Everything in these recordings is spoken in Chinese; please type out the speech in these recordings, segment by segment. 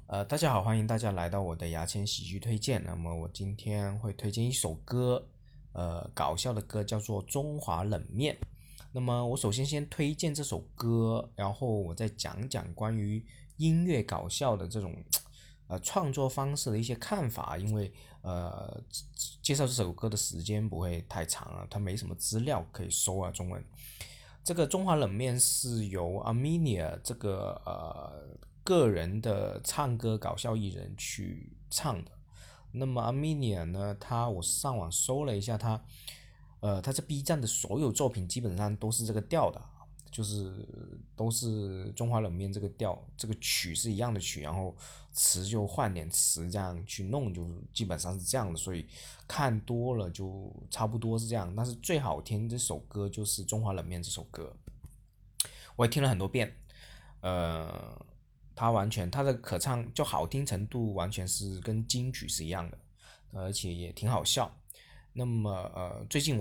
大家好，欢迎大家来到我的牙签喜剧推荐。那么我今天会推荐一首歌，搞笑的歌叫做《中华冷面》。那么我首先推荐这首歌，然后我再讲讲关于音乐搞笑的这种创作方式的一些看法。因为介绍这首歌的时间不会太长了，它没什么资料可以搜啊，中文。这个中华冷面是由 Armenia 这个个人的唱歌搞笑艺人去唱的。那么 Armenia 呢，我上网搜了一下他在 B 站的所有作品基本上都是这个调的，就是都是中华冷面这个调，这个曲是一样的曲，然后词就换点词这样去弄，就基本上是这样的，所以看多了就差不多是这样。但是最好听这首歌就是中华冷面这首歌，我也听了很多遍。呃，他的可唱就好听程度完全是跟金曲是一样的，而且也挺好笑。那么最近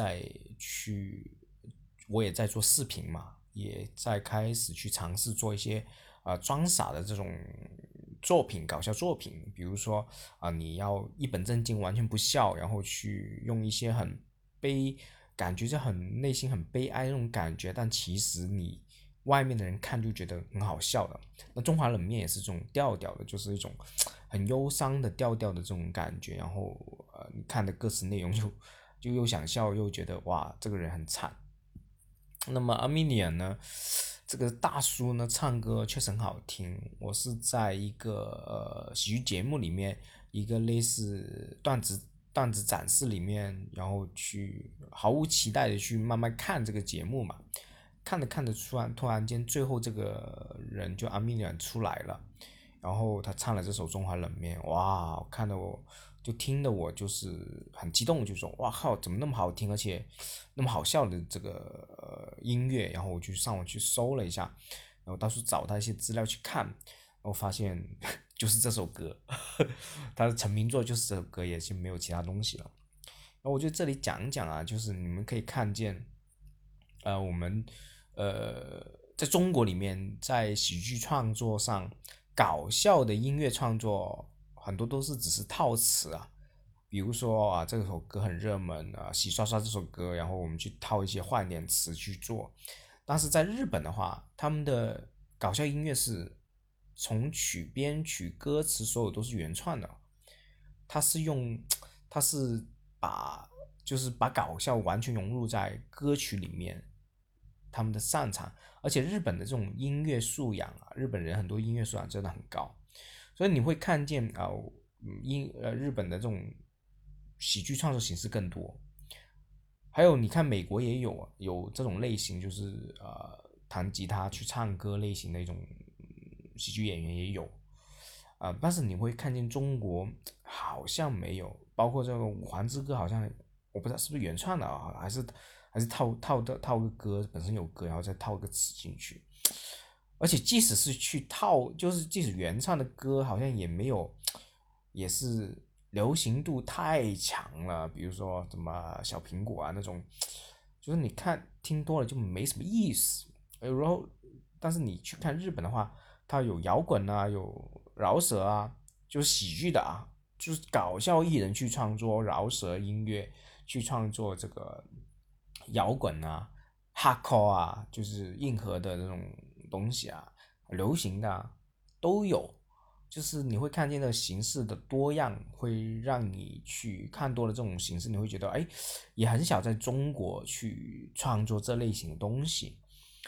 我也在做视频嘛，也在开始去尝试做一些装傻的这种作品，搞笑作品。比如说你要一本正经完全不笑，然后去用一些感觉就很内心很悲哀那种感觉，但其实你外面的人看就觉得很好笑的。那中华冷面也是这种调调的，就是一种很忧伤的调调的这种感觉。然后你看的歌词内容就又想笑又觉得哇这个人很惨。那么 Armenian 呢，这个大叔呢唱歌确实很好听。我是在一个喜剧节目里面，一个类似段子展示里面，然后去毫无期待的去慢慢看这个节目嘛。看着看着，突然间，最后这个人就 Armenian 出来了，然后他唱了这首《中华冷面》，哇，听得我就是很激动，就说哇靠，怎么那么好听，而且那么好笑的这个音乐。然后我就上网去搜了一下，然后到处找他一些资料去看，然后发现就是这首歌，他的成名作就是这首歌，也就没有其他东西了。然后我就这里讲讲啊，就是你们可以看见，我们在中国里面，在喜剧创作上，搞笑的音乐创作很多都是只是套词啊。比如说这首歌很热门啊，洗刷刷这首歌，然后我们去套一些换点词去做。但是在日本的话，他们的搞笑音乐是从曲编曲歌词所有都是原创的，他是用他是把就是把搞笑完全融入在歌曲里面，他们的擅长。而且日本的这种音乐素养啊，日本人很多音乐素养真的很高，所以你会看见日本的这种喜剧创作形式更多。还有你看美国也有这种类型，就是弹吉他去唱歌类型的一种喜剧演员也有。但是你会看见中国好像没有，包括这个《五环之歌》，好像我不知道是不是原创的啊，还是套个歌，本身有歌，然后再套个词进去。而且即使是去套，就是即使原唱的歌，好像也没有，也是流行度太强了。比如说什么小苹果啊那种，就是你听多了就没什么意思。然后，但是你去看日本的话，它有摇滚啊，有饶舌啊，就是喜剧的啊，就是搞笑艺人去创作饶舌音乐，去创作这个摇滚啊、hardcore 啊，就是硬核的这种东西啊，流行的都有。就是你会看见的形式的多样，会让你去看多了这种形式，你会觉得也很想在中国去创作这类型的东西。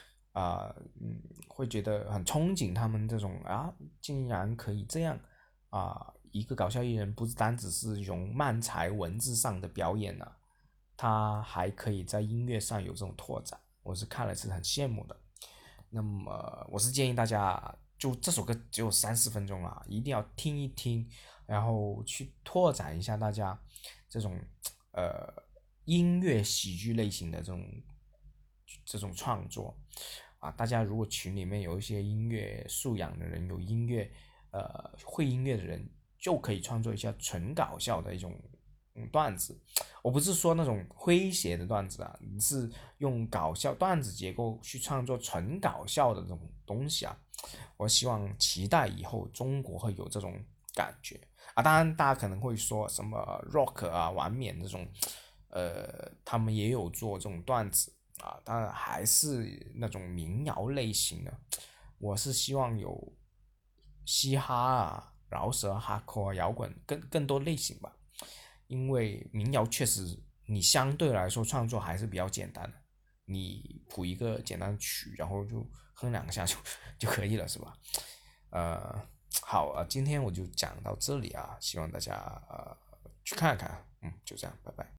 会觉得很憧憬他们这种竟然可以这样一个搞笑艺人不单只是用漫才文字上的表演他还可以在音乐上有这种拓展，我是看了是很羡慕的。那么我是建议大家，就这首歌只有3-4分钟一定要听一听，然后去拓展一下大家这种呃音乐喜剧类型的这种创作大家如果群里面有一些音乐素养的人，有会音乐的人，就可以创作一下纯搞笑的一种段子。我不是说那种诙谐的段子是用搞笑段子结构去创作纯搞笑的这种东西我希望期待以后中国会有这种感觉啊。当然，大家可能会说什么 rock 啊、完美这种，他们也有做这种段子啊，当然还是那种民谣类型的。我是希望有嘻哈啊、饶舌、hardcore 摇滚更多类型吧，因为民谣确实你相对来说创作还是比较简单的，你谱一个简单的曲，然后就哼两下就可以了，是吧？呃，好啊，今天我就讲到这里啊，希望大家去看看，就这样，拜拜。